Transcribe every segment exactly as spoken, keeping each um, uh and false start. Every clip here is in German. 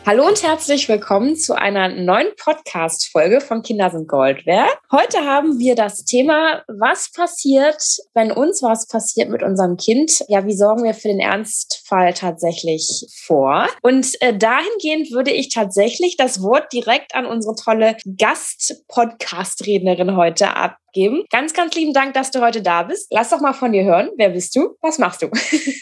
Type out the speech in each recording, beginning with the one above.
Hallo und herzlich willkommen zu einer neuen Podcast-Folge von Kinder sind Gold wert. Heute haben wir das Thema, was passiert, wenn uns was passiert mit unserem Kind? Ja, wie sorgen wir für den Ernstfall tatsächlich vor? Und äh, dahingehend würde ich tatsächlich das Wort direkt an unsere tolle Gast-Podcast-Rednerin heute abgeben. Ganz, ganz lieben Dank, dass du heute da bist. Lass doch mal von dir hören. Wer bist du? Was machst du?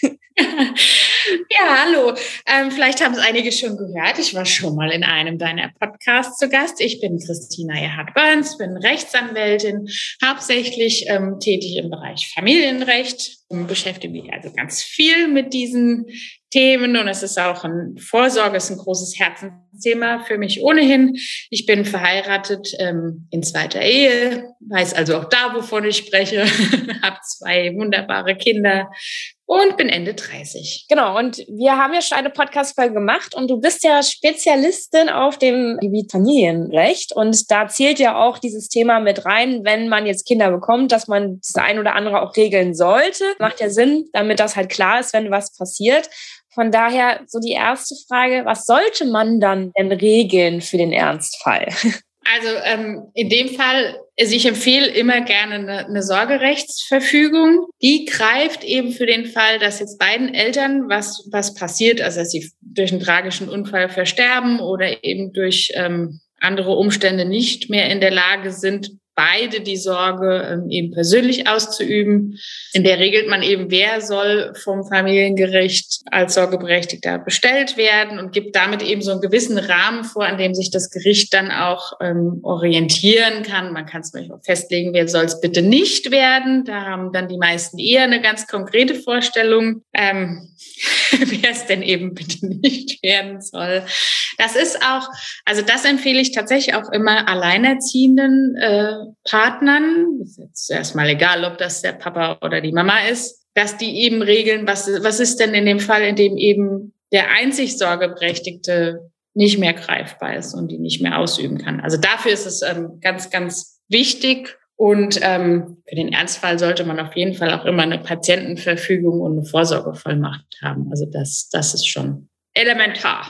Ja, hallo. Ähm, vielleicht haben es einige schon gehört. Ich war schon mal in einem deiner Podcasts zu Gast. Ich bin Christina Erhard-Burns, bin Rechtsanwältin, hauptsächlich ähm, tätig im Bereich Familienrecht, beschäftige mich also ganz viel mit diesen Themen und es ist auch ein Vorsorge, ist ein großes Herzensthema für mich ohnehin. Ich bin verheiratet ähm, in zweiter Ehe, weiß also auch da, wovon ich spreche, habe zwei wunderbare Kinder und bin Ende dreißig. Genau, und wir haben ja schon eine Podcast-Folge gemacht und du bist ja Spezialistin auf dem Gebiet Familienrecht und da zählt ja auch dieses Thema mit rein, wenn man jetzt Kinder bekommt, dass man das ein oder andere auch regeln sollte. Macht ja Sinn, damit das halt klar ist, wenn was passiert. Von daher so die erste Frage, was sollte man dann denn regeln für den Ernstfall? Also ähm, in dem Fall, also ich empfehle immer gerne eine, eine Sorgerechtsverfügung. Die greift eben für den Fall, dass jetzt beiden Eltern was was passiert, also dass sie durch einen tragischen Unfall versterben oder eben durch ähm, andere Umstände nicht mehr in der Lage sind, beide die Sorge ähm, eben persönlich auszuüben. In der regelt man eben, wer soll vom Familiengericht als Sorgeberechtigter bestellt werden und gibt damit eben so einen gewissen Rahmen vor, an dem sich das Gericht dann auch ähm, orientieren kann. Man kann zum Beispiel festlegen, wer soll es bitte nicht werden. Da haben dann die meisten eher eine ganz konkrete Vorstellung, ähm, wer es denn eben bitte nicht werden soll. Das ist auch, also das empfehle ich tatsächlich auch immer alleinerziehenden äh, Partnern, ist jetzt erstmal egal, ob das der Papa oder die Mama ist, dass die eben regeln, was, was ist denn in dem Fall, in dem eben der einzig Sorgeberechtigte nicht mehr greifbar ist und die nicht mehr ausüben kann. Also dafür ist es ähm, ganz, ganz wichtig. Und ähm, für den Ernstfall sollte man auf jeden Fall auch immer eine Patientenverfügung und eine Vorsorgevollmacht haben. Also das, das ist schon elementar.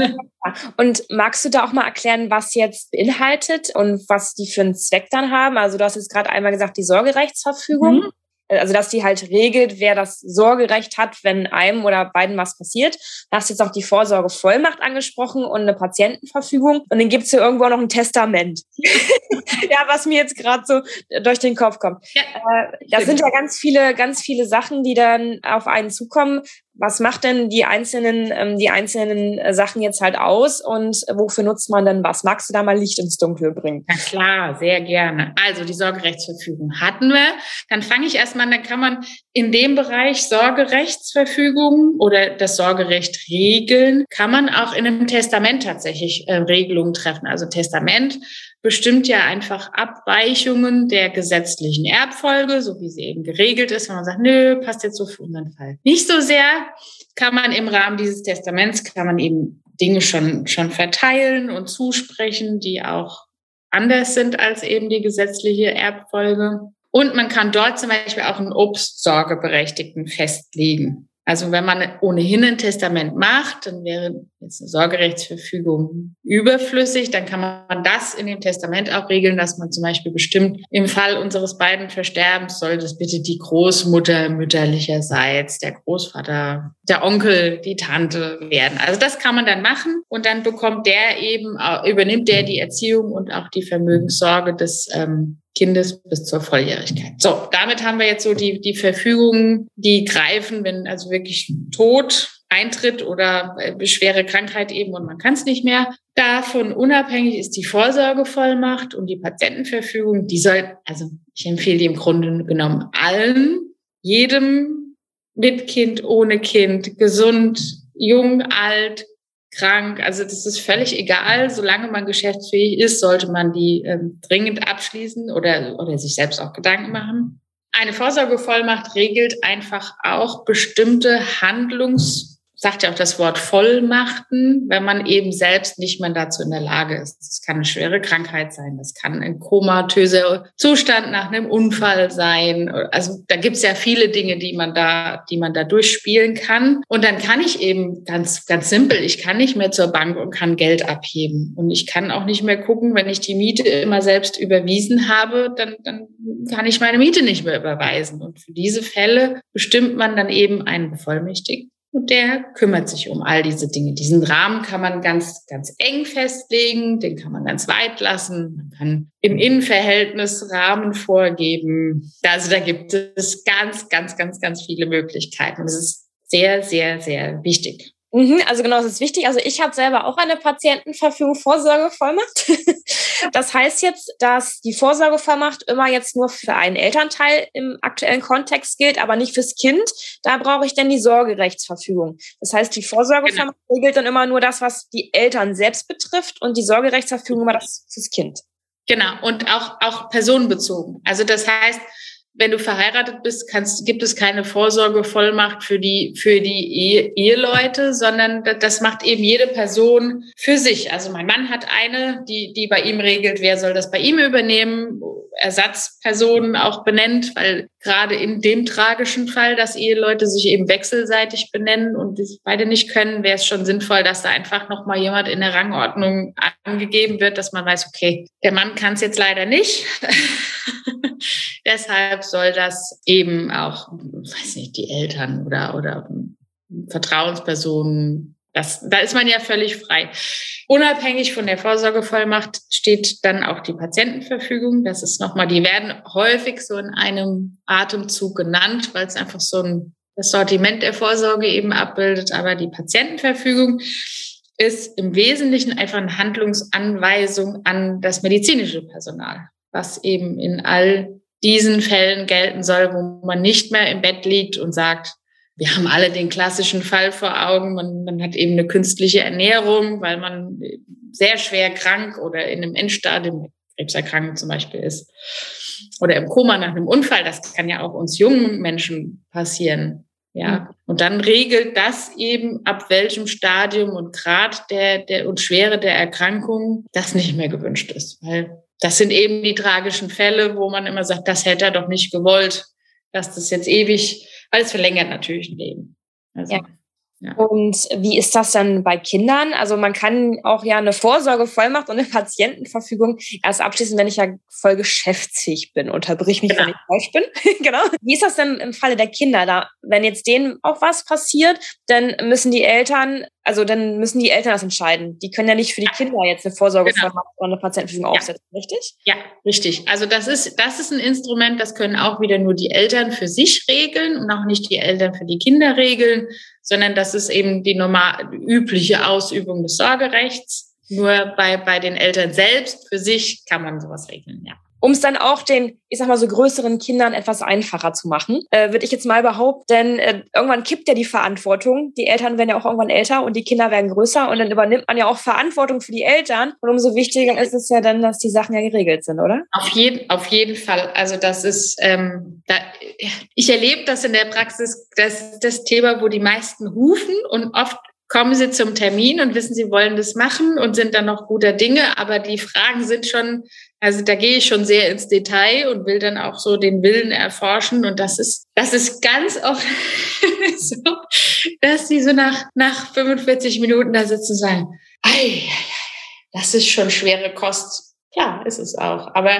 Und magst du da auch mal erklären, was jetzt beinhaltet und was die für einen Zweck dann haben? Also du hast jetzt gerade einmal gesagt, die Sorgerechtsverfügung. Mhm. Also dass die halt regelt, wer das Sorgerecht hat, wenn einem oder beiden was passiert. Du hast jetzt auch die Vorsorgevollmacht angesprochen und eine Patientenverfügung. Und dann gibt's hier irgendwo noch ein Testament. Ja, was mir jetzt gerade so durch den Kopf kommt. Ja, äh, das sind ja ganz viele, ganz viele Sachen, die dann auf einen zukommen. Was macht denn die einzelnen, ähm, die einzelnen Sachen jetzt halt aus und wofür nutzt man denn was? Magst du da mal Licht ins Dunkel bringen? Na klar, sehr gerne. Also die Sorgerechtsverfügung hatten wir. Dann fange ich erstmal an, dann kann man in dem Bereich Sorgerechtsverfügung oder das Sorgerecht regeln, kann man auch in einem Testament tatsächlich äh, Regelungen treffen. Also Testament bestimmt ja einfach Abweichungen der gesetzlichen Erbfolge, so wie sie eben geregelt ist. Wenn man sagt, nö, passt jetzt so für unseren Fall nicht so sehr, kann man im Rahmen dieses Testaments, kann man eben Dinge schon, schon verteilen und zusprechen, die auch anders sind als eben die gesetzliche Erbfolge. Und man kann dort zum Beispiel auch einen Obstsorgeberechtigten festlegen. Also wenn man ohnehin ein Testament macht, dann wäre jetzt eine Sorgerechtsverfügung überflüssig. Dann kann man das in dem Testament auch regeln, dass man zum Beispiel bestimmt, im Fall unseres beiden Versterbens soll das bitte die Großmutter mütterlicherseits, der Großvater, der Onkel, die Tante werden. Also das kann man dann machen und dann bekommt der eben, übernimmt der die Erziehung und auch die Vermögenssorge des ähm, Kindes bis zur Volljährigkeit. So, damit haben wir jetzt so die, die Verfügungen, die greifen, wenn also wirklich Tod eintritt oder äh, schwere Krankheit eben und man kann es nicht mehr. Davon unabhängig ist die Vorsorgevollmacht und die Patientenverfügung. Die soll, also ich empfehle die im Grunde genommen allen, jedem mit Kind, ohne Kind, gesund, jung, alt, krank, also das ist völlig egal. Solange man geschäftsfähig ist, sollte man die ähm, dringend abschließen oder, oder sich selbst auch Gedanken machen. Eine Vorsorgevollmacht regelt einfach auch bestimmte Handlungs sagt ja auch das Wort Vollmachten, wenn man eben selbst nicht mehr dazu in der Lage ist. Das kann eine schwere Krankheit sein, das kann ein komatöser Zustand nach einem Unfall sein. Also da gibt es ja viele Dinge, die man da, die man da durchspielen kann. Und dann kann ich eben ganz, ganz simpel, ich kann nicht mehr zur Bank und kann Geld abheben. Und ich kann auch nicht mehr gucken, wenn ich die Miete immer selbst überwiesen habe, dann, dann kann ich meine Miete nicht mehr überweisen. Und für diese Fälle bestimmt man dann eben einen Bevollmächtigten. Und der kümmert sich um all diese Dinge. Diesen Rahmen kann man ganz, ganz eng festlegen, den kann man ganz weit lassen. Man kann im Innenverhältnis Rahmen vorgeben. Also da gibt es ganz, ganz, ganz, ganz viele Möglichkeiten. Und das ist sehr, sehr, sehr wichtig. Also genau, das ist wichtig. Also ich habe selber auch eine Patientenverfügung Vorsorgevollmacht. Das heißt jetzt, dass die Vorsorgevollmacht immer jetzt nur für einen Elternteil im aktuellen Kontext gilt, aber nicht fürs Kind. Da brauche ich dann die Sorgerechtsverfügung. Das heißt, die Vorsorgevollmacht genau. regelt dann immer nur das, was die Eltern selbst betrifft, und die Sorgerechtsverfügung immer das fürs Kind. Genau, und auch, auch personenbezogen. Also das heißt, wenn du verheiratet bist, kannst, gibt es keine Vorsorgevollmacht für die, für die Ehe, Eheleute, sondern das macht eben jede Person für sich. Also mein Mann hat eine, die, die bei ihm regelt, wer soll das bei ihm übernehmen, Ersatzpersonen auch benennt, weil gerade in dem tragischen Fall, dass Eheleute sich eben wechselseitig benennen und die beide nicht können, wäre es schon sinnvoll, dass da einfach nochmal jemand in der Rangordnung angegeben wird, dass man weiß, okay, der Mann kann es jetzt leider nicht. Deshalb soll das eben auch, weiß nicht, die Eltern oder, oder Vertrauenspersonen, das, da ist man ja völlig frei. Unabhängig von der Vorsorgevollmacht steht dann auch die Patientenverfügung. Das ist nochmal, die werden häufig so in einem Atemzug genannt, weil es einfach so ein, das Sortiment der Vorsorge eben abbildet. Aber die Patientenverfügung ist im Wesentlichen einfach eine Handlungsanweisung an das medizinische Personal, was eben in all diesen Fällen gelten soll, wo man nicht mehr im Bett liegt und sagt, wir haben alle den klassischen Fall vor Augen, man, man hat eben eine künstliche Ernährung, weil man sehr schwer krank oder in einem Endstadium, Krebserkrankung zum Beispiel ist, oder im Koma nach einem Unfall, das kann ja auch uns jungen Menschen passieren. Ja, und dann regelt das eben, ab welchem Stadium und Grad der, der und Schwere der Erkrankung das nicht mehr gewünscht ist, weil das sind eben die tragischen Fälle, wo man immer sagt, das hätte er doch nicht gewollt, dass das jetzt ewig, weil es verlängert natürlich ein Leben. Also, ja. Ja. Und wie ist das dann bei Kindern? Also man kann auch ja eine Vorsorgevollmacht und eine Patientenverfügung erst abschließen, wenn ich ja voll geschäftsfähig bin. Unterbrich mich, genau. wenn ich falsch bin. Genau. Wie ist das denn im Falle der Kinder? Da, wenn jetzt denen auch was passiert, dann müssen die Eltern, also dann müssen die Eltern das entscheiden. Die können ja nicht für die Kinder jetzt eine Vorsorgevollmacht genau. oder eine Patientenverfügung ja. aufsetzen, richtig? Ja, richtig. Also das ist, das ist ein Instrument, das können auch wieder nur die Eltern für sich regeln und auch nicht die Eltern für die Kinder regeln, sondern das ist eben die normal übliche Ausübung des Sorgerechts. Nur bei, bei den Eltern selbst, für sich, kann man sowas regeln, ja. Um es dann auch den, ich sag mal so größeren Kindern etwas einfacher zu machen, äh, würde ich jetzt mal behaupten, denn äh, irgendwann kippt ja die Verantwortung. Die Eltern werden ja auch irgendwann älter und die Kinder werden größer und dann übernimmt man ja auch Verantwortung für die Eltern. Und umso wichtiger ist es ja dann, dass die Sachen ja geregelt sind, oder? Auf jeden, auf jeden Fall. Also das ist, ähm, da, ich erlebe das in der Praxis, das das Thema, wo die meisten rufen und oft kommen sie zum Termin und wissen, sie wollen das machen und sind dann noch guter Dinge, aber die Fragen sind schon, also da gehe ich schon sehr ins Detail und will dann auch so den Willen erforschen und das ist, das ist ganz oft so, dass sie so nach, nach fünfundvierzig Minuten da sitzen und sagen, ei, das ist schon schwere Kost. Ja, ist es auch, aber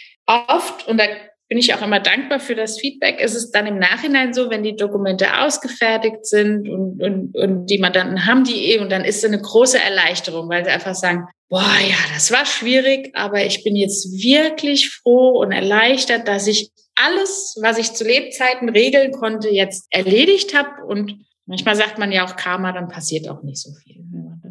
oft, und da bin ich auch immer dankbar für das Feedback. Ist es dann im Nachhinein so, wenn die Dokumente ausgefertigt sind und, und, und die Mandanten haben die eh und dann ist es eine große Erleichterung, weil sie einfach sagen, boah, ja, das war schwierig, aber ich bin jetzt wirklich froh und erleichtert, dass ich alles, was ich zu Lebzeiten regeln konnte, jetzt erledigt habe. Und manchmal sagt man ja auch Karma, dann passiert auch nicht so viel.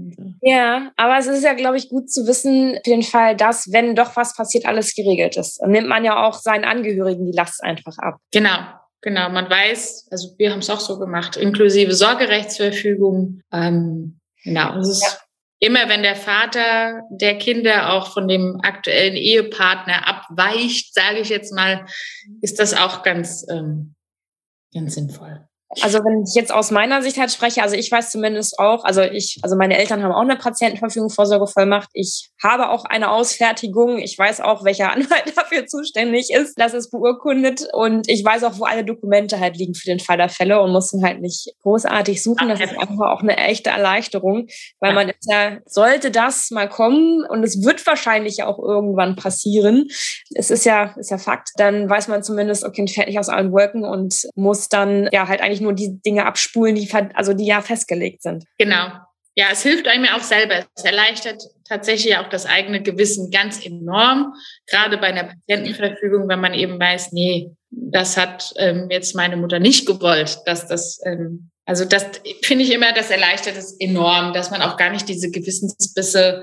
Ja, aber es ist ja, glaube ich, gut zu wissen, für den Fall, dass, wenn doch was passiert, alles geregelt ist. Dann nimmt man ja auch seinen Angehörigen die Last einfach ab. Genau, genau. Man weiß, also wir haben es auch so gemacht, inklusive Sorgerechtsverfügung. Ähm, genau, es ist ja. immer, wenn der Vater der Kinder auch von dem aktuellen Ehepartner abweicht, sage ich jetzt mal, ist das auch ganz, ähm, ganz sinnvoll. Also wenn ich jetzt aus meiner Sicht halt spreche, also ich weiß zumindest auch, also ich, also meine Eltern haben auch eine Patientenverfügung, Vorsorgevollmacht. Ich habe auch eine Ausfertigung. Ich weiß auch, welcher Anwalt dafür zuständig ist. Das ist beurkundet und ich weiß auch, wo alle Dokumente halt liegen für den Fall der Fälle und muss dann halt nicht großartig suchen. Das ist einfach auch eine echte Erleichterung, weil man ist ja, sollte das mal kommen und es wird wahrscheinlich auch irgendwann passieren. Es ist ja, ist ja Fakt. Dann weiß man zumindest, okay, fährt nicht aus allen Wolken und muss dann ja halt eigentlich nur die Dinge abspulen, die, also die ja festgelegt sind. Genau. Ja, es hilft einem ja auch selber. Es erleichtert tatsächlich auch das eigene Gewissen ganz enorm. Gerade bei einer Patientenverfügung, wenn man eben weiß, nee, das hat ähm, jetzt meine Mutter nicht gewollt, dass das, ähm, also das finde ich immer, das erleichtert es enorm, dass man auch gar nicht diese Gewissensbisse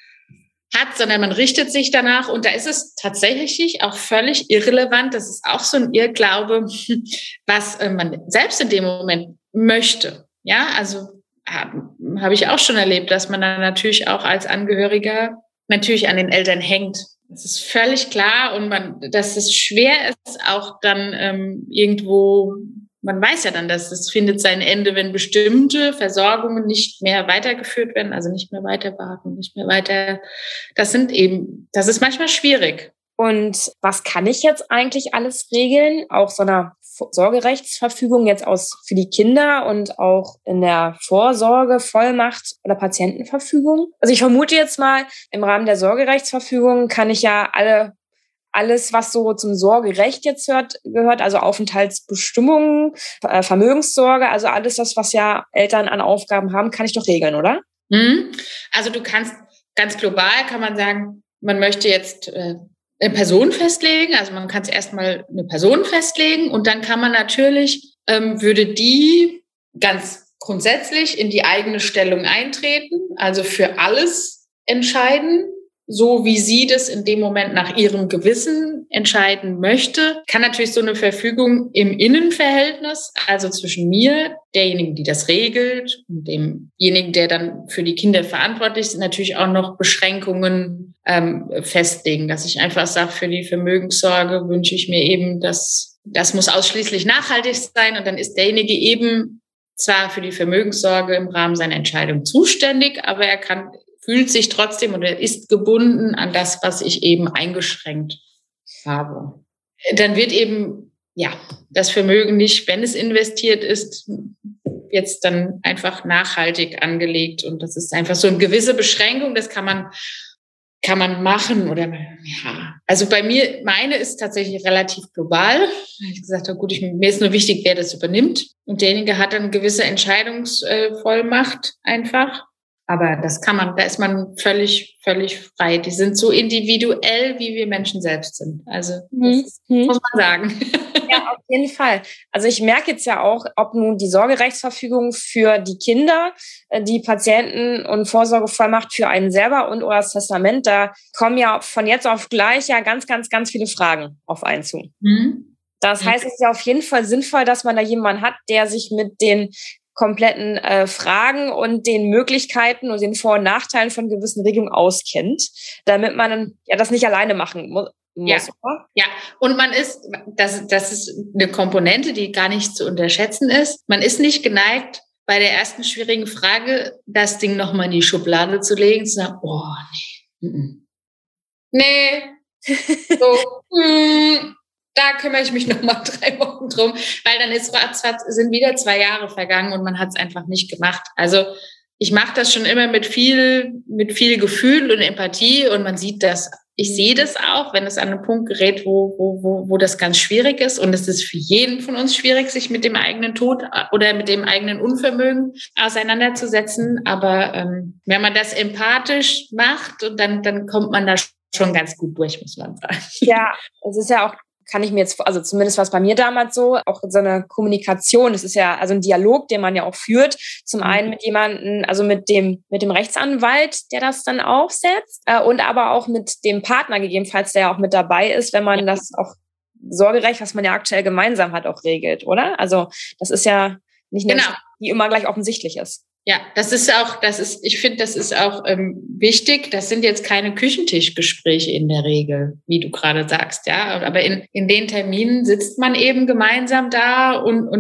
hat, sondern man richtet sich danach. Und da ist es tatsächlich auch völlig irrelevant. Das ist auch so ein Irrglaube, was man selbst in dem Moment möchte. Ja, also habe hab ich auch schon erlebt, dass man dann natürlich auch als Angehöriger natürlich an den Eltern hängt. Das ist völlig klar und man, dass es schwer ist, auch dann ähm, irgendwo, man weiß ja dann, dass es findet sein Ende, wenn bestimmte Versorgungen nicht mehr weitergeführt werden, also nicht mehr weiter beatmen, nicht mehr weiter. Das sind eben, das ist manchmal schwierig. Und was kann ich jetzt eigentlich alles regeln? Auch so einer Sorgerechtsverfügung jetzt aus für die Kinder und auch in der Vorsorge, Vollmacht oder Patientenverfügung. Also ich vermute jetzt mal, im Rahmen der Sorgerechtsverfügung kann ich ja alle alles, was so zum Sorgerecht jetzt hört, gehört, also Aufenthaltsbestimmungen, äh, Vermögenssorge, also alles das, was ja Eltern an Aufgaben haben, kann ich doch regeln, oder? Mhm. Also du kannst, ganz global kann man sagen, man möchte jetzt äh, eine Person festlegen, also man kann es erstmal eine Person festlegen und dann kann man natürlich, ähm, würde die ganz grundsätzlich in die eigene Stellung eintreten, also für alles entscheiden, so wie sie das in dem Moment nach ihrem Gewissen entscheiden möchte. Kann natürlich so eine Verfügung im Innenverhältnis, also zwischen mir, derjenigen, die das regelt, und demjenigen, der dann für die Kinder verantwortlich ist, natürlich auch noch Beschränkungen ähm, festlegen, dass ich einfach sage, für die Vermögenssorge wünsche ich mir eben, dass das muss ausschließlich nachhaltig sein und dann ist derjenige eben zwar für die Vermögenssorge im Rahmen seiner Entscheidung zuständig, aber er kann fühlt sich trotzdem oder ist gebunden an das, was ich eben eingeschränkt habe. Dann wird eben, ja, das Vermögen nicht, wenn es investiert ist, jetzt dann einfach nachhaltig angelegt. Und das ist einfach so eine gewisse Beschränkung, das kann man, kann man machen oder, ja. Also bei mir, meine ist tatsächlich relativ global. Ich gesagt habe, gut, ich, mir ist nur wichtig, wer das übernimmt. Und derjenige hat dann eine gewisse Entscheidungsvollmacht einfach. Aber das kann man, da ist man völlig, völlig frei. Die sind so individuell, wie wir Menschen selbst sind. Also, das ist, mhm. muss man sagen. Ja, auf jeden Fall. Also ich merke jetzt ja auch, ob nun die Sorgerechtsverfügung für die Kinder, die Patienten- und Vorsorgevollmacht für einen selber und oder das Testament, da kommen ja von jetzt auf gleich ja ganz, ganz, ganz viele Fragen auf einen zu. Mhm. Das heißt, es ist ja auf jeden Fall sinnvoll, dass man da jemanden hat, der sich mit den kompletten äh, Fragen und den Möglichkeiten und den Vor- und Nachteilen von gewissen Regelungen auskennt, damit man dann, ja das nicht alleine machen muss. Ja, ja, und man ist, das, das ist eine Komponente, die gar nicht zu unterschätzen ist. Man ist nicht geneigt, bei der ersten schwierigen Frage das Ding nochmal in die Schublade zu legen, zu sagen, oh, nee, nee, so, mm, da kümmere ich mich noch mal drei Wochen drum, weil dann ist, sind wieder zwei Jahre vergangen und man hat es einfach nicht gemacht. Also ich mache das schon immer mit viel, mit viel Gefühl und Empathie und man sieht das. Ich sehe das auch, wenn es an einen Punkt gerät, wo, wo, wo, wo das ganz schwierig ist. Und es ist für jeden von uns schwierig, sich mit dem eigenen Tod oder mit dem eigenen Unvermögen auseinanderzusetzen. Aber ähm, wenn man das empathisch macht, dann, dann kommt man da schon ganz gut durch, muss man sagen. Ja, es ist ja auch, kann ich mir jetzt, also zumindest war es bei mir damals so, auch so eine Kommunikation, es ist ja also ein Dialog, den man ja auch führt, zum einen mit jemandem, also mit dem mit dem Rechtsanwalt, der das dann aufsetzt äh, und aber auch mit dem Partner gegebenenfalls, der ja auch mit dabei ist, wenn man das auch Sorgerecht, was man ja aktuell gemeinsam hat, auch regelt, oder? Also das ist ja nicht eine, genau, die immer gleich offensichtlich ist. Ja, das ist auch, das ist, ich finde, das ist auch ähm, wichtig. Das sind jetzt keine Küchentischgespräche in der Regel, wie du gerade sagst, ja. Aber in, in den Terminen sitzt man eben gemeinsam da und, und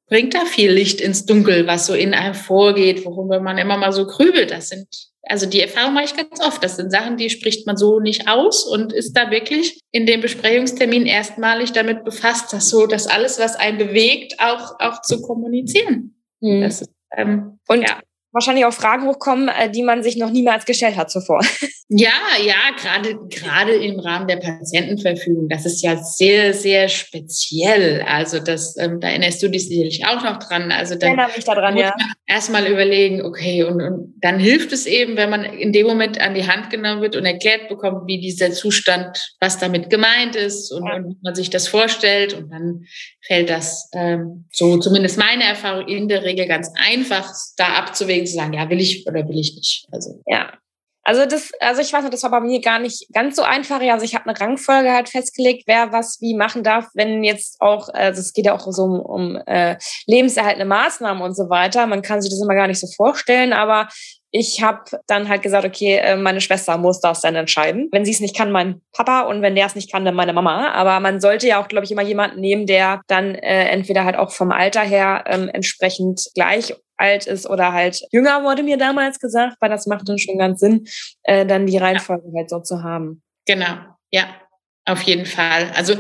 bringt da viel Licht ins Dunkel, was so in einem vorgeht, worüber man immer mal so grübelt. Das sind, also die Erfahrung mache ich ganz oft. Das sind Sachen, die spricht man so nicht aus und ist da wirklich in dem Besprechungstermin erstmalig damit befasst, dass so, dass alles, was einen bewegt, auch, auch zu kommunizieren. Mhm. Das ist, ähm, und ja. wahrscheinlich auch Fragen hochkommen, die man sich noch niemals gestellt hat zuvor. Ja, ja, gerade, gerade im Rahmen der Patientenverfügung. Das ist ja sehr, sehr speziell. Also das, ähm, da erinnerst du dich sicherlich auch noch dran. Also da ich erinnere mich daran, muss ja. man erstmal überlegen, okay, und, und dann hilft es eben, wenn man in dem Moment an die Hand genommen wird und erklärt bekommt, wie dieser Zustand, was damit gemeint ist und, ja. und wie man sich das vorstellt. Und dann fällt das, ähm, so zumindest meine Erfahrung, in der Regel ganz einfach, da abzuwägen, zu sagen, ja, will ich oder will ich nicht. Also ja. Also das, also ich weiß nicht, das war bei mir gar nicht ganz so einfach. Also ich habe eine Rangfolge halt festgelegt, wer was wie machen darf, wenn jetzt auch, also es geht ja auch so um, um äh, lebenserhaltende Maßnahmen und so weiter. Man kann sich das immer gar nicht so vorstellen, aber ich habe dann halt gesagt, okay, meine Schwester muss das dann entscheiden. Wenn sie es nicht kann, mein Papa, und wenn der es nicht kann, dann meine Mama. Aber man sollte ja auch, glaube ich, immer jemanden nehmen, der dann äh, entweder halt auch vom Alter her ähm, entsprechend gleich alt ist oder halt jünger, wurde mir damals gesagt, weil das macht dann schon ganz Sinn, äh, dann die Reihenfolge ja. halt so zu haben. Genau, ja, auf jeden Fall. Also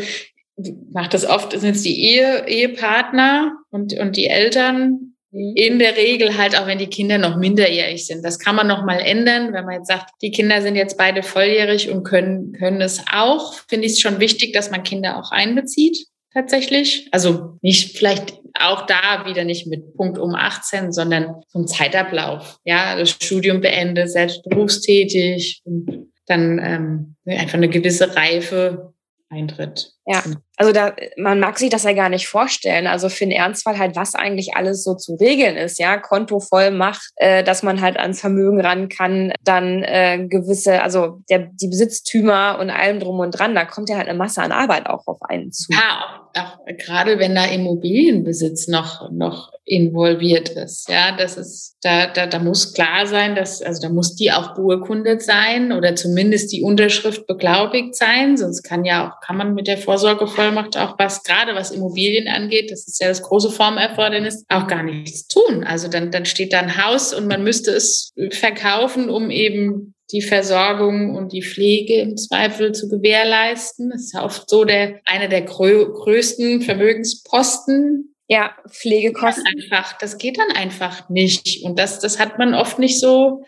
macht das oft, sind es die Ehe, Ehepartner und, und die Eltern, in der Regel halt auch, wenn die Kinder noch minderjährig sind. Das kann man noch mal ändern, wenn man jetzt sagt, die Kinder sind jetzt beide volljährig und können, können es auch. Finde ich es schon wichtig, dass man Kinder auch einbezieht, tatsächlich. Also nicht vielleicht auch da wieder nicht mit Punkt um achtzehn, sondern zum Zeitablauf. Ja, das Studium beendet, selbst berufstätig und dann ähm, einfach eine gewisse Reife eintritt. Ja, also da, man mag sich das ja gar nicht vorstellen. Also für den Ernstfall halt, was eigentlich alles so zu regeln ist, ja, Kontovollmacht, äh, dass man halt ans Vermögen ran kann, dann äh, gewisse, also der, die Besitztümer und allem drum und dran, da kommt ja halt eine Masse an Arbeit auch auf einen zu. Ja, auch, auch gerade wenn da Immobilienbesitz noch, noch involviert ist, ja, das ist, da, da, da muss klar sein, dass, also da muss die auch beurkundet sein oder zumindest die Unterschrift beglaubigt sein, sonst kann ja auch, kann man mit der Vorsorgevollmacht auch was, gerade was Immobilien angeht, das ist ja das große Formerfordernis, auch gar nichts tun. Also dann, dann steht da ein Haus und man müsste es verkaufen, um eben die Versorgung und die Pflege im Zweifel zu gewährleisten. Das ist ja oft so der, einer der grö- größten Vermögensposten. Ja, Pflegekosten. Das einfach, das geht dann einfach nicht. Und das, das hat man oft nicht so,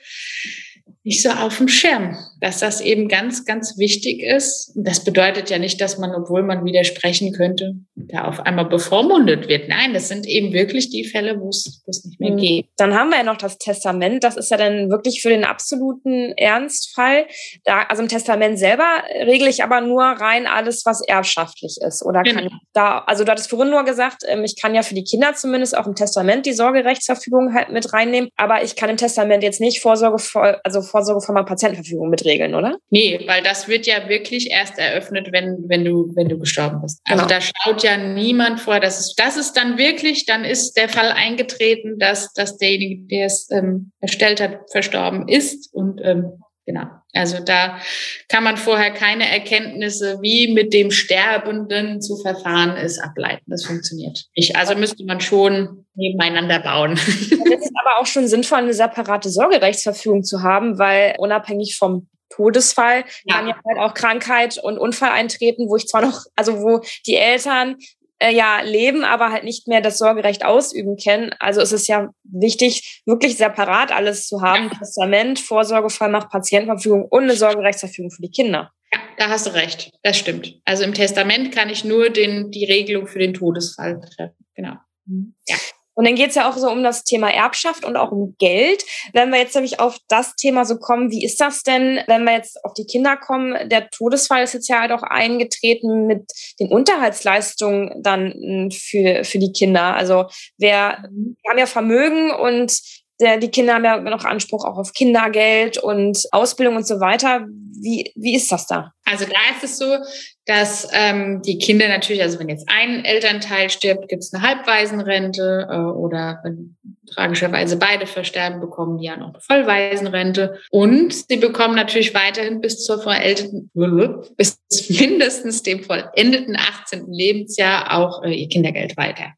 nicht so auf dem Schirm, dass das eben ganz, ganz wichtig ist. Das bedeutet ja nicht, dass man, obwohl man widersprechen könnte, da auf einmal bevormundet wird. Nein, das sind eben wirklich die Fälle, wo es, wo es nicht mehr geht. Dann haben wir ja noch das Testament. Das ist ja dann wirklich für den absoluten Ernstfall. Da, also im Testament selber regle ich aber nur rein alles, was erbschaftlich ist. Oder kann genau. da, also du hattest vorhin nur gesagt, ich kann ja für die Kinder zumindest auch im Testament die Sorgerechtsverfügung halt mit reinnehmen. Aber ich kann im Testament jetzt nicht Vorsorge, also Vorsorgevollmacht Patientenverfügung mitregeln, oder? Nee, weil das wird ja wirklich erst eröffnet, wenn, wenn du, wenn du gestorben bist. Also genau. Da schaut ja niemand vor. Das ist, das ist dann wirklich, dann ist der Fall eingetreten, dass, dass derjenige, der es ähm, erstellt hat, verstorben ist. Und ähm, genau. Also da kann man vorher keine Erkenntnisse, wie mit dem Sterbenden zu verfahren ist, ableiten. Das funktioniert nicht. Also müsste man schon nebeneinander bauen. Es ist aber auch schon sinnvoll, eine separate Sorgerechtsverfügung zu haben, weil unabhängig vom Todesfall ja. kann ja halt auch Krankheit und Unfall eintreten, wo ich zwar noch, also wo die Eltern äh, ja leben, aber halt nicht mehr das Sorgerecht ausüben können. Also es ist ja wichtig, wirklich separat alles zu haben. Ja. Testament, Vorsorgevollmacht, Patientenverfügung und eine Sorgerechtsverfügung für die Kinder. Ja, da hast du recht. Das stimmt. Also im Testament kann ich nur den, die Regelung für den Todesfall treffen. Genau. Ja. Und dann geht es ja auch so um das Thema Erbschaft und auch um Geld. Wenn wir jetzt nämlich auf das Thema so kommen, wie ist das denn, wenn wir jetzt auf die Kinder kommen? Der Todesfall ist jetzt ja halt auch eingetreten mit den Unterhaltsleistungen dann für, für die Kinder. Also wir, wir haben ja Vermögen und der, die Kinder haben ja noch Anspruch auch auf Kindergeld und Ausbildung und so weiter. Wie, wie ist das da? Also da ist es so, dass ähm, die Kinder natürlich, also wenn jetzt ein Elternteil stirbt, gibt es eine Halbwaisenrente äh, oder wenn tragischerweise beide versterben, bekommen die ja noch eine Vollwaisenrente. Und sie bekommen natürlich weiterhin bis zur vollendeten, bis mindestens dem vollendeten achtzehnten Lebensjahr auch äh, ihr Kindergeld weiter.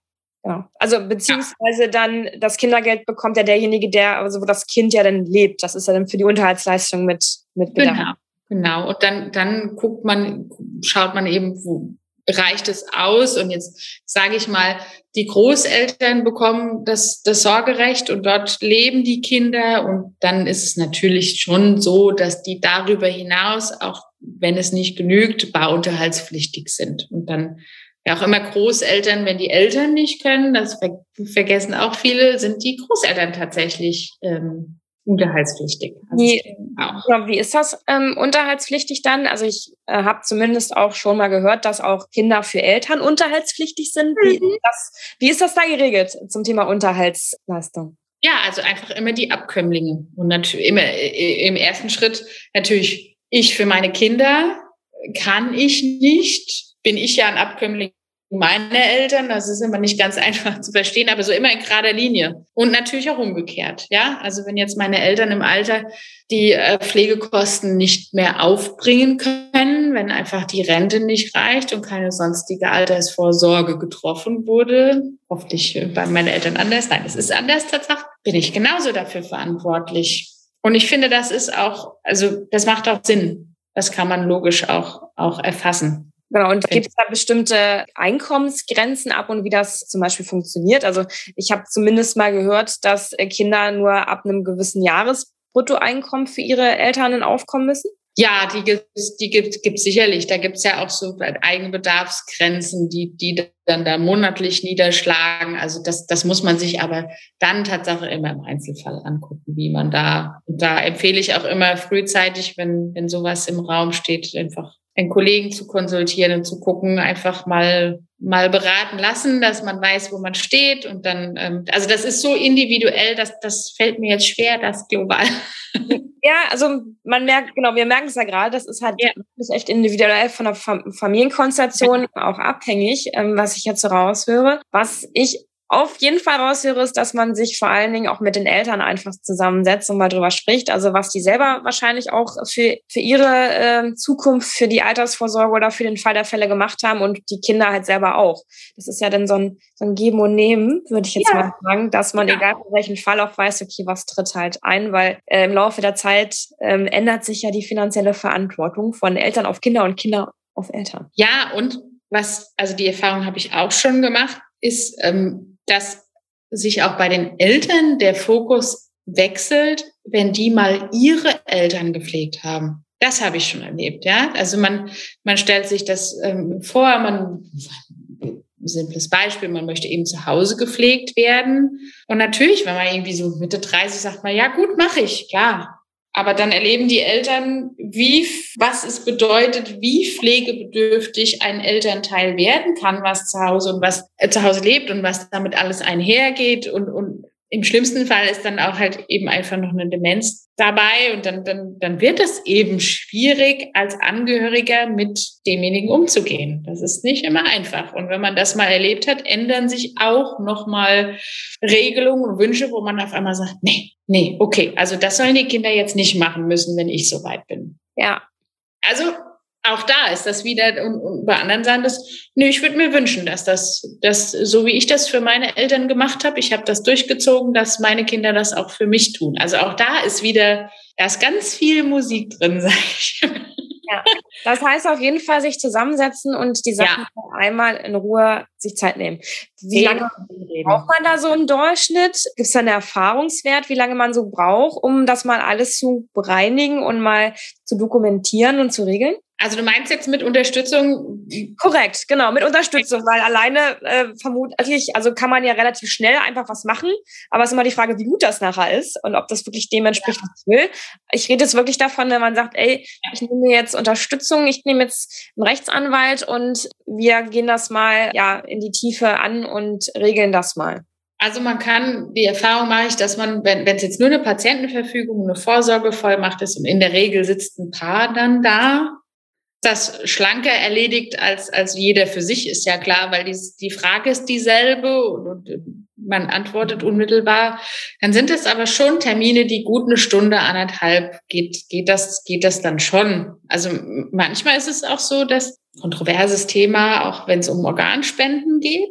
Ja. Also beziehungsweise dann das Kindergeld bekommt ja derjenige, der, also wo das Kind ja dann lebt. Das ist ja dann für die Unterhaltsleistung mit, mit gedacht. Genau, genau. Und dann, dann guckt man, schaut man eben, wo reicht es aus? Und jetzt sage ich mal, die Großeltern bekommen das, das Sorgerecht und dort leben die Kinder. Und dann ist es natürlich schon so, dass die darüber hinaus, auch wenn es nicht genügt, barunterhaltspflichtig sind. Und dann ja auch immer Großeltern, wenn die Eltern nicht können, das ver- vergessen auch viele, sind die Großeltern tatsächlich ähm, unterhaltspflichtig. Also Wie, ja, wie ist das ähm, unterhaltspflichtig dann? Also ich äh, habe zumindest auch schon mal gehört, dass auch Kinder für Eltern unterhaltspflichtig sind. Wie, Mhm. ist das, wie ist das da geregelt zum Thema Unterhaltsleistung? Ja, also einfach immer die Abkömmlinge. Und natürlich immer äh, im ersten Schritt natürlich ich für meine Kinder kann ich nicht. Bin ich ja ein Abkömmling meiner Eltern, das ist immer nicht ganz einfach zu verstehen, aber so immer in gerader Linie. Und natürlich auch umgekehrt, ja. Also wenn jetzt meine Eltern im Alter die äh, Pflegekosten nicht mehr aufbringen können, wenn einfach die Rente nicht reicht und keine sonstige Altersvorsorge getroffen wurde, hoffentlich bei meinen Eltern anders, nein, es ist anders tatsächlich, bin ich genauso dafür verantwortlich. Und ich finde, das ist auch, also das macht auch Sinn. Das kann man logisch auch, auch erfassen. Genau, und gibt es da bestimmte Einkommensgrenzen ab und wie das zum Beispiel funktioniert? Also ich habe zumindest mal gehört, dass Kinder nur ab einem gewissen Jahresbruttoeinkommen für ihre Eltern aufkommen müssen. Ja, die gibt's, die gibt gibt's sicherlich. Da gibt's ja auch so Eigenbedarfsgrenzen, die die dann da monatlich niederschlagen. Also das das muss man sich aber dann tatsächlich immer im Einzelfall angucken, wie man da. Und da empfehle ich auch immer frühzeitig, wenn wenn sowas im Raum steht, einfach einen Kollegen zu konsultieren und zu gucken, einfach mal mal beraten lassen, dass man weiß, wo man steht und dann, ähm, also das ist so individuell, dass das fällt mir jetzt schwer, das global. Ja, also man merkt, genau, wir merken es ja gerade, das ist halt Ja. das ist echt individuell von der Fam- Familienkonstellation auch abhängig, ähm, was ich jetzt so raushöre. Was ich auf jeden Fall raushöre, ist, dass man sich vor allen Dingen auch mit den Eltern einfach zusammensetzt und mal drüber spricht. Also was die selber wahrscheinlich auch für, für ihre äh, Zukunft, für die Altersvorsorge oder für den Fall der Fälle gemacht haben und die Kinder halt selber auch. Das ist ja dann so ein, so ein Geben und Nehmen, würde ich jetzt Ja. mal sagen, dass man, Ja. egal für welchen Fall, auch weiß, okay, was tritt halt ein, weil äh, im Laufe der Zeit ähm, ändert sich ja die finanzielle Verantwortung von Eltern auf Kinder und Kinder auf Eltern. Ja, und was, also die Erfahrung habe ich auch schon gemacht, ist, ähm, dass sich auch bei den Eltern der Fokus wechselt, wenn die mal ihre Eltern gepflegt haben. Das habe ich schon erlebt, ja. Also man, man stellt sich das ähm, vor, man, simples Beispiel, man möchte eben zu Hause gepflegt werden. Und natürlich, wenn man irgendwie so Mitte dreißig sagt man, ja gut, mache ich, ja. Aber dann erleben die Eltern, wie, was es bedeutet, wie pflegebedürftig ein Elternteil werden kann, was zu Hause und was äh, zu Hause lebt und was damit alles einhergeht. Und, und im schlimmsten Fall ist dann auch halt eben einfach noch eine Demenz dabei. Und dann, dann, dann wird es eben schwierig, als Angehöriger mit demjenigen umzugehen. Das ist nicht immer einfach. Und wenn man das mal erlebt hat, ändern sich auch nochmal Regelungen und Wünsche, wo man auf einmal sagt, nee, nee, okay, also das sollen die Kinder jetzt nicht machen müssen, wenn ich soweit bin. Ja. Also auch da ist das wieder, und, und bei anderen sagen das, nee, ich würde mir wünschen, dass das, das, so wie ich das für meine Eltern gemacht habe, ich habe das durchgezogen, dass meine Kinder das auch für mich tun. Also auch da ist wieder, da ist ganz viel Musik drin, sag ich. Ja, das heißt auf jeden Fall sich zusammensetzen und die Sachen Ja. einmal in Ruhe sich Zeit nehmen. Wie lange braucht man da so im Durchschnitt? Gibt es da einen Erfahrungswert, wie lange man so braucht, um das mal alles zu bereinigen und mal zu dokumentieren und zu regeln? Also du meinst jetzt mit Unterstützung? Korrekt, genau, mit Unterstützung, weil alleine äh, vermutlich, also kann man ja relativ schnell einfach was machen, aber es ist immer die Frage, wie gut das nachher ist und ob das wirklich dem entspricht, was ich will. Ich rede jetzt wirklich davon, wenn man sagt, ey, ich nehme jetzt Unterstützung, ich nehme jetzt einen Rechtsanwalt und wir gehen das mal ja in die Tiefe an und regeln das mal. Also man kann, die Erfahrung mache ich, dass man, wenn wenn es jetzt nur eine Patientenverfügung, eine Vorsorgevollmacht ist und in der Regel sitzt ein Paar dann da, das schlanker erledigt als als jeder für sich, ist ja klar, weil die, die Frage ist dieselbe und, und man antwortet unmittelbar. Dann sind es aber schon Termine, die gut eine Stunde, anderthalb geht, geht das, geht das dann schon. Also manchmal ist es auch so, dass kontroverses Thema, auch wenn es um Organspenden geht,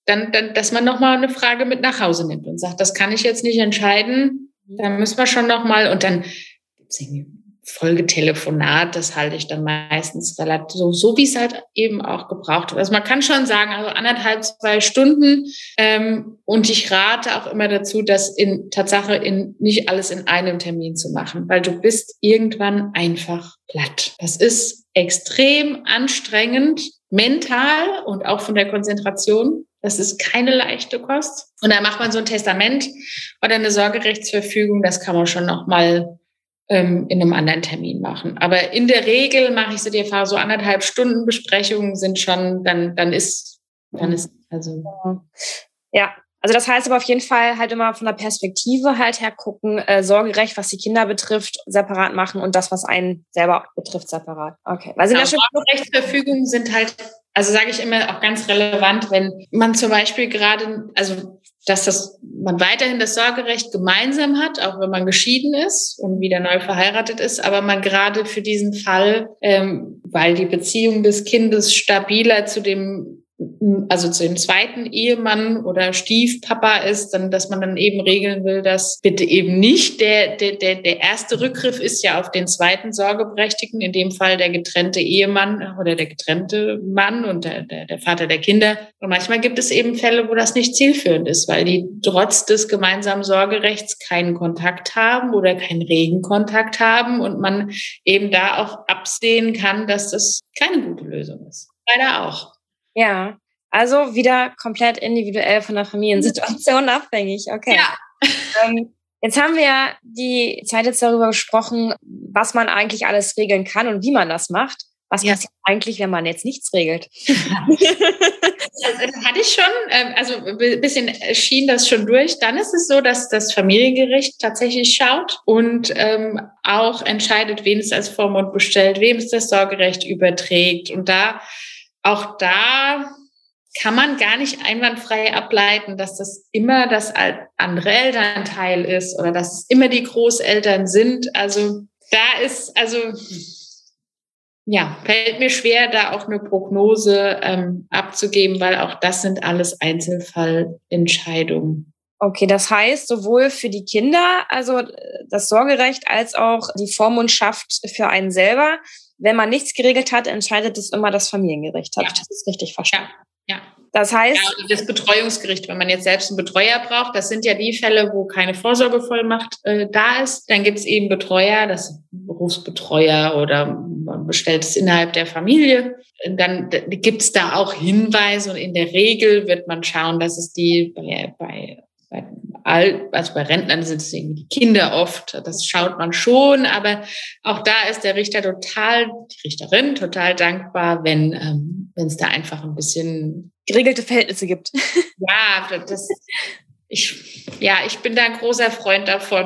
dann, dann, dass man nochmal eine Frage mit nach Hause nimmt und sagt, das kann ich jetzt nicht entscheiden, da müssen wir schon nochmal, und dann gibt's irgendwie Folgetelefonat, das halte ich dann meistens relativ so, so wie es halt eben auch gebraucht wird. Also man kann schon sagen, also anderthalb, zwei Stunden, ähm, und ich rate auch immer dazu, das in Tatsache in nicht alles in einem Termin zu machen, weil du bist irgendwann einfach platt. Das ist extrem anstrengend, mental und auch von der Konzentration. Das ist keine leichte Kost. Und dann macht man so ein Testament oder eine Sorgerechtsverfügung, das kann man schon nochmal in einem anderen Termin machen. Aber in der Regel mache ich so die Erfahrung, so anderthalb Stunden Besprechungen sind schon, dann, dann ist, dann ist, also. Ja, also das heißt aber auf jeden Fall halt immer von der Perspektive halt her gucken, äh, Sorgerecht, was die Kinder betrifft, separat machen und das, was einen selber betrifft, separat. Okay. Weil sind genau, ja schon Sorgerechtsverfügungen sind halt, also sage ich immer auch ganz relevant, wenn man zum Beispiel gerade, also dass das man weiterhin das Sorgerecht gemeinsam hat, auch wenn man geschieden ist und wieder neu verheiratet ist, aber man gerade für diesen Fall, ähm, weil die Beziehung des Kindes stabiler zu dem, also zu dem zweiten Ehemann oder Stiefpapa ist, dann, dass man dann eben regeln will, dass bitte eben nicht der, der, der, der erste Rückgriff ist ja auf den zweiten Sorgeberechtigten, in dem Fall der getrennte Ehemann oder der getrennte Mann und der, der, der Vater der Kinder. Und manchmal gibt es eben Fälle, wo das nicht zielführend ist, weil die trotz des gemeinsamen Sorgerechts keinen Kontakt haben oder keinen regen Kontakt haben und man eben da auch absehen kann, dass das keine gute Lösung ist. Leider auch. Ja, also wieder komplett individuell von der Familiensituation abhängig. Okay. Ja. Ähm, jetzt haben wir ja die Zeit jetzt darüber gesprochen, was man eigentlich alles regeln kann und wie man das macht. Was ja. passiert eigentlich, wenn man jetzt nichts regelt? Das hatte ich schon, also ein bisschen schien das schon durch. Dann ist es so, dass das Familiengericht tatsächlich schaut und ähm, auch entscheidet, wen es als Vormund bestellt, wem es das Sorgerecht überträgt. Und da Auch da kann man gar nicht einwandfrei ableiten, dass das immer das andere Elternteil ist oder dass es immer die Großeltern sind. Also da ist, also ja, fällt mir schwer, da auch eine Prognose ähm, abzugeben, weil auch das sind alles Einzelfallentscheidungen. Okay, das heißt, sowohl für die Kinder, also das Sorgerecht, als auch die Vormundschaft für einen selber, wenn man nichts geregelt hat, entscheidet es immer das Familiengericht. Habe ja. ich das jetzt richtig verstanden? Ja. ja. Das heißt, ja, das Betreuungsgericht, wenn man jetzt selbst einen Betreuer braucht, das sind ja die Fälle, wo keine Vorsorgevollmacht äh, da ist. Dann gibt es eben Betreuer, das sind Berufsbetreuer oder man bestellt es innerhalb der Familie. Dann gibt es da auch Hinweise und in der Regel wird man schauen, dass es die bei, bei also bei Rentnern sind es irgendwie die Kinder oft, das schaut man schon, aber auch da ist der Richter total, die Richterin total dankbar, wenn ähm, wenn es da einfach ein bisschen geregelte Verhältnisse gibt. Ja, das, ich, ja, ich bin da ein großer Freund davon.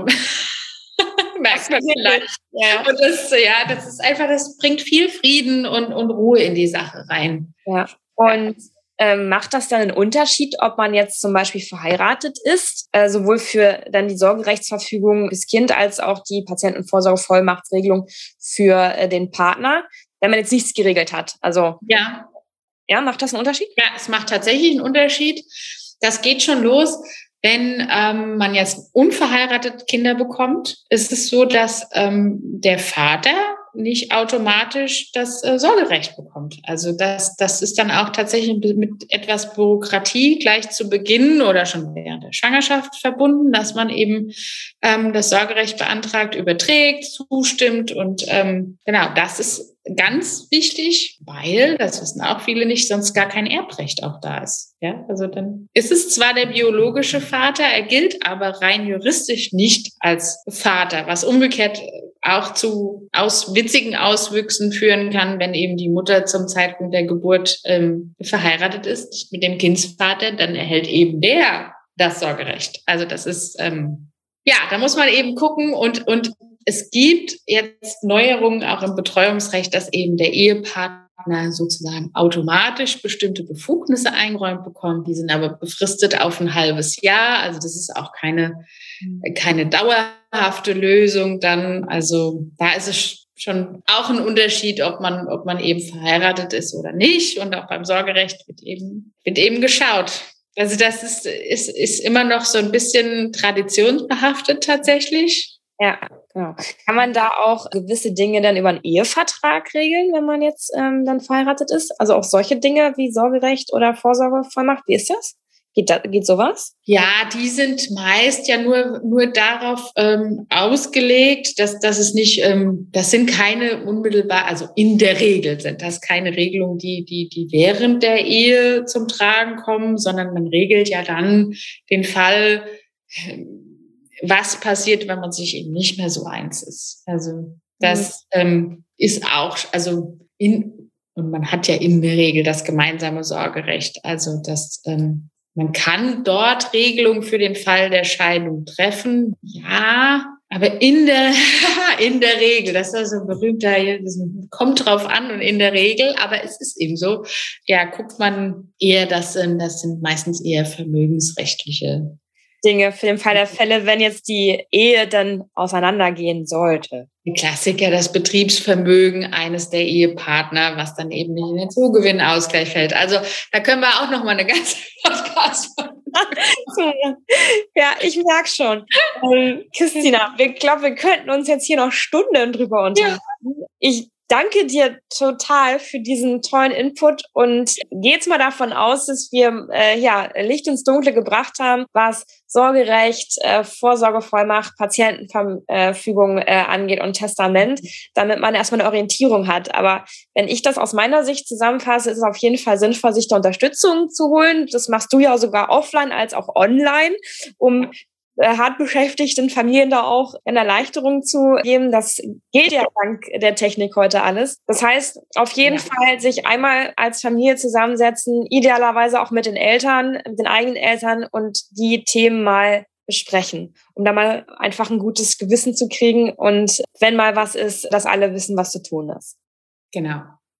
Merkt man vielleicht. Ja. Und das, ja, das ist einfach, das bringt viel Frieden und, und Ruhe in die Sache rein. Ja, und Ähm, macht das dann einen Unterschied, ob man jetzt zum Beispiel verheiratet ist, äh, sowohl für dann die Sorgerechtsverfügung des Kind als auch die Patientenvorsorgevollmachtsregelung für äh, den Partner, wenn man jetzt nichts geregelt hat? Also ja, ja, macht das einen Unterschied? Ja, es macht tatsächlich einen Unterschied. Das geht schon los, wenn ähm, man jetzt unverheiratet Kinder bekommt. Ist es so, dass ähm, der Vater nicht automatisch das äh, Sorgerecht bekommt. Also das, das ist dann auch tatsächlich mit etwas Bürokratie gleich zu Beginn oder schon während der Schwangerschaft verbunden, dass man eben ähm, das Sorgerecht beantragt, überträgt, zustimmt und ähm, genau, das ist ganz wichtig, weil, das wissen auch viele nicht, sonst gar kein Erbrecht auch da ist. Ja, also dann ist es zwar der biologische Vater, er gilt aber rein juristisch nicht als Vater, was umgekehrt auch zu aus witzigen Auswüchsen führen kann, wenn eben die Mutter zum Zeitpunkt der Geburt ähm, verheiratet ist, nicht mit dem Kindsvater, dann erhält eben der das Sorgerecht. Also das ist, ähm, ja, da muss man eben gucken und, und es gibt jetzt Neuerungen auch im Betreuungsrecht, dass eben der Ehepartner sozusagen automatisch bestimmte Befugnisse eingeräumt bekommt. Die sind aber befristet auf ein halbes Jahr. Also das ist auch keine, keine dauerhafte Lösung dann. Also da ist es schon auch ein Unterschied, ob man, ob man eben verheiratet ist oder nicht. Und auch beim Sorgerecht wird eben, wird eben geschaut. Also das ist, ist, ist immer noch so ein bisschen traditionsbehaftet tatsächlich. Ja, genau. Kann man da auch gewisse Dinge dann über einen Ehevertrag regeln, wenn man jetzt ähm, dann verheiratet ist? Also auch solche Dinge wie Sorgerecht oder Vorsorgevollmacht, wie ist das? Geht, da, geht sowas? Ja, die sind meist ja nur nur darauf ähm, ausgelegt, dass dass es nicht, ähm, das sind keine unmittelbar, also in der Regel sind das keine Regelungen, die die die während der Ehe zum Tragen kommen, sondern man regelt ja dann den Fall, was passiert, wenn man sich eben nicht mehr so eins ist. Also das mhm. ähm, ist auch, also in, und man hat ja in der Regel das gemeinsame Sorgerecht, also das ähm, man kann dort Regelungen für den Fall der Scheidung treffen, ja, aber in der in der Regel, das ist so ein berühmter, das kommt drauf an und in der Regel, aber es ist eben so, ja, guckt man eher, das sind, das sind meistens eher vermögensrechtliche Dinge für den Fall der Fälle, wenn jetzt die Ehe dann auseinandergehen sollte. Ein Klassiker, das Betriebsvermögen eines der Ehepartner, was dann eben nicht in den Zugewinnausgleich fällt. Also da können wir auch noch mal eine ganze Podcast machen. Ja, ich merke schon. Ähm, Christina, ich glaube, wir könnten uns jetzt hier noch Stunden drüber unterhalten. Ja. Ich danke dir total für diesen tollen Input und gehe jetzt mal davon aus, dass wir äh, ja Licht ins Dunkle gebracht haben, was Sorgerecht, äh, Vorsorgevollmacht, Patientenverfügung äh, angeht und Testament, damit man erstmal eine Orientierung hat. Aber wenn ich das aus meiner Sicht zusammenfasse, ist es auf jeden Fall sinnvoll, sich da Unterstützung zu holen. Das machst du ja sogar offline als auch online, um hart beschäftigten Familien da auch eine Erleichterung zu geben. Das geht ja dank der Technik heute alles. Das heißt, auf jeden ja. Fall sich einmal als Familie zusammensetzen, idealerweise auch mit den Eltern, mit den eigenen Eltern und die Themen mal besprechen, um da mal einfach ein gutes Gewissen zu kriegen und wenn mal was ist, dass alle wissen, was zu tun ist. Genau.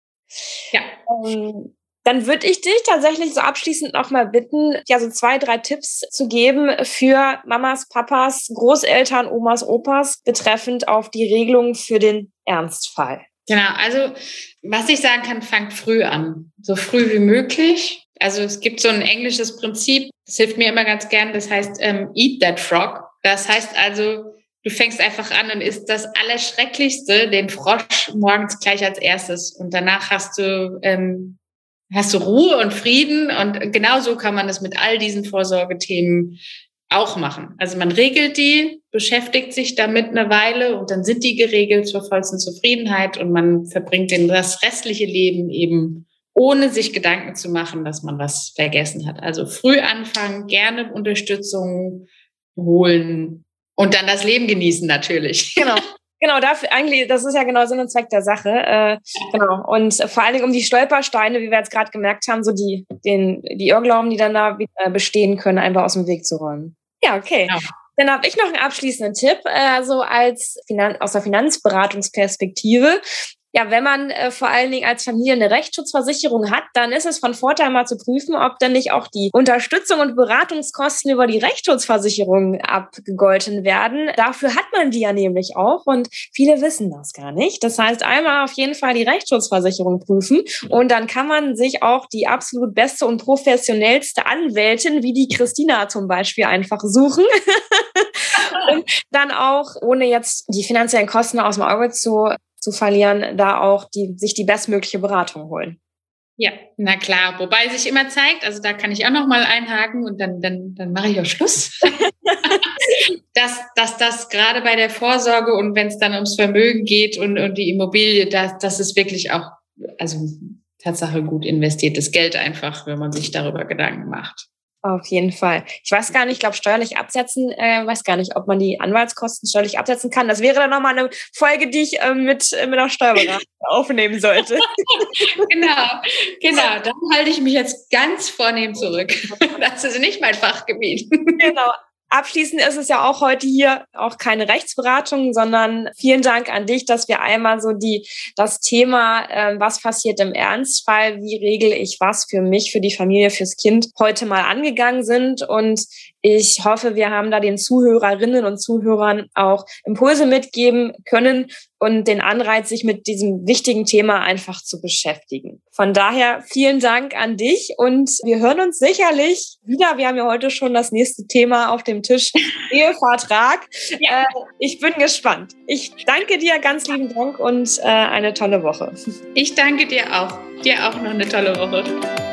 Ja. Ähm, Dann würde ich dich tatsächlich so abschließend noch mal bitten, ja, so zwei, drei Tipps zu geben für Mamas, Papas, Großeltern, Omas, Opas betreffend auf die Regelung für den Ernstfall. Genau, also was ich sagen kann, fangt früh an, so früh wie möglich. Also es gibt so ein englisches Prinzip, das hilft mir immer ganz gern, das heißt ähm, Eat that frog. Das heißt also, du fängst einfach an und isst das Allerschrecklichste, den Frosch, morgens gleich als erstes und danach hast du ähm, hast du Ruhe und Frieden und genauso kann man das mit all diesen Vorsorgethemen auch machen. Also man regelt die, beschäftigt sich damit eine Weile und dann sind die geregelt zur vollsten Zufriedenheit und man verbringt den, das restliche Leben eben ohne sich Gedanken zu machen, dass man was vergessen hat. Also früh anfangen, gerne Unterstützung holen und dann das Leben genießen natürlich. Genau. Genau, dafür eigentlich, das ist ja genau Sinn und Zweck der Sache. Äh, genau. Und vor allen Dingen um die Stolpersteine, wie wir jetzt gerade gemerkt haben, so die, den, die Irrglauben, die dann da wieder bestehen können, einfach aus dem Weg zu räumen. Ja, okay. Genau. Dann habe ich noch einen abschließenden Tipp, äh, so als Finan- aus der Finanzberatungsperspektive. Ja, wenn man äh, vor allen Dingen als Familie eine Rechtsschutzversicherung hat, dann ist es von Vorteil mal zu prüfen, ob dann nicht auch die Unterstützung und Beratungskosten über die Rechtsschutzversicherung abgegolten werden. Dafür hat man die ja nämlich auch und viele wissen das gar nicht. Das heißt, einmal auf jeden Fall die Rechtsschutzversicherung prüfen und dann kann man sich auch die absolut beste und professionellste Anwältin, wie die Christina zum Beispiel, einfach suchen. Und dann auch, ohne jetzt die finanziellen Kosten aus dem Auge zu zu verlieren, da auch die, sich die bestmögliche Beratung holen. Ja, na klar. Wobei sich immer zeigt, also da kann ich auch noch mal einhaken und dann, dann, dann mache ich auch Schluss, dass, dass das gerade bei der Vorsorge und wenn es dann ums Vermögen geht und, und die Immobilie, das, das ist wirklich auch, also Tatsache gut investiertes Geld einfach, wenn man sich darüber Gedanken macht. Auf jeden Fall. Ich weiß gar nicht, ich glaube, steuerlich absetzen, äh, weiß gar nicht, ob man die Anwaltskosten steuerlich absetzen kann. Das wäre dann nochmal eine Folge, die ich äh, mit, äh, mit einer Steuerberatung aufnehmen sollte. Genau, genau. Dann halte ich mich jetzt ganz vornehm zurück. Das ist nicht mein Fachgebiet. Genau. Abschließend ist es ja auch heute hier auch keine Rechtsberatung, sondern vielen Dank an dich, dass wir einmal so die das Thema, äh, was passiert im Ernstfall, wie regle ich was für mich, für die Familie, fürs Kind, heute mal angegangen sind. Und ich hoffe, wir haben da den Zuhörerinnen und Zuhörern auch Impulse mitgeben können und den Anreiz, sich mit diesem wichtigen Thema einfach zu beschäftigen. Von daher vielen Dank an dich und wir hören uns sicherlich wieder. Wir haben ja heute schon das nächste Thema auf dem Tisch, Ehevertrag. Ja. Äh, ich bin gespannt. Ich danke dir, ganz lieben Dank und äh, eine tolle Woche. Ich danke dir auch. Dir auch noch eine tolle Woche.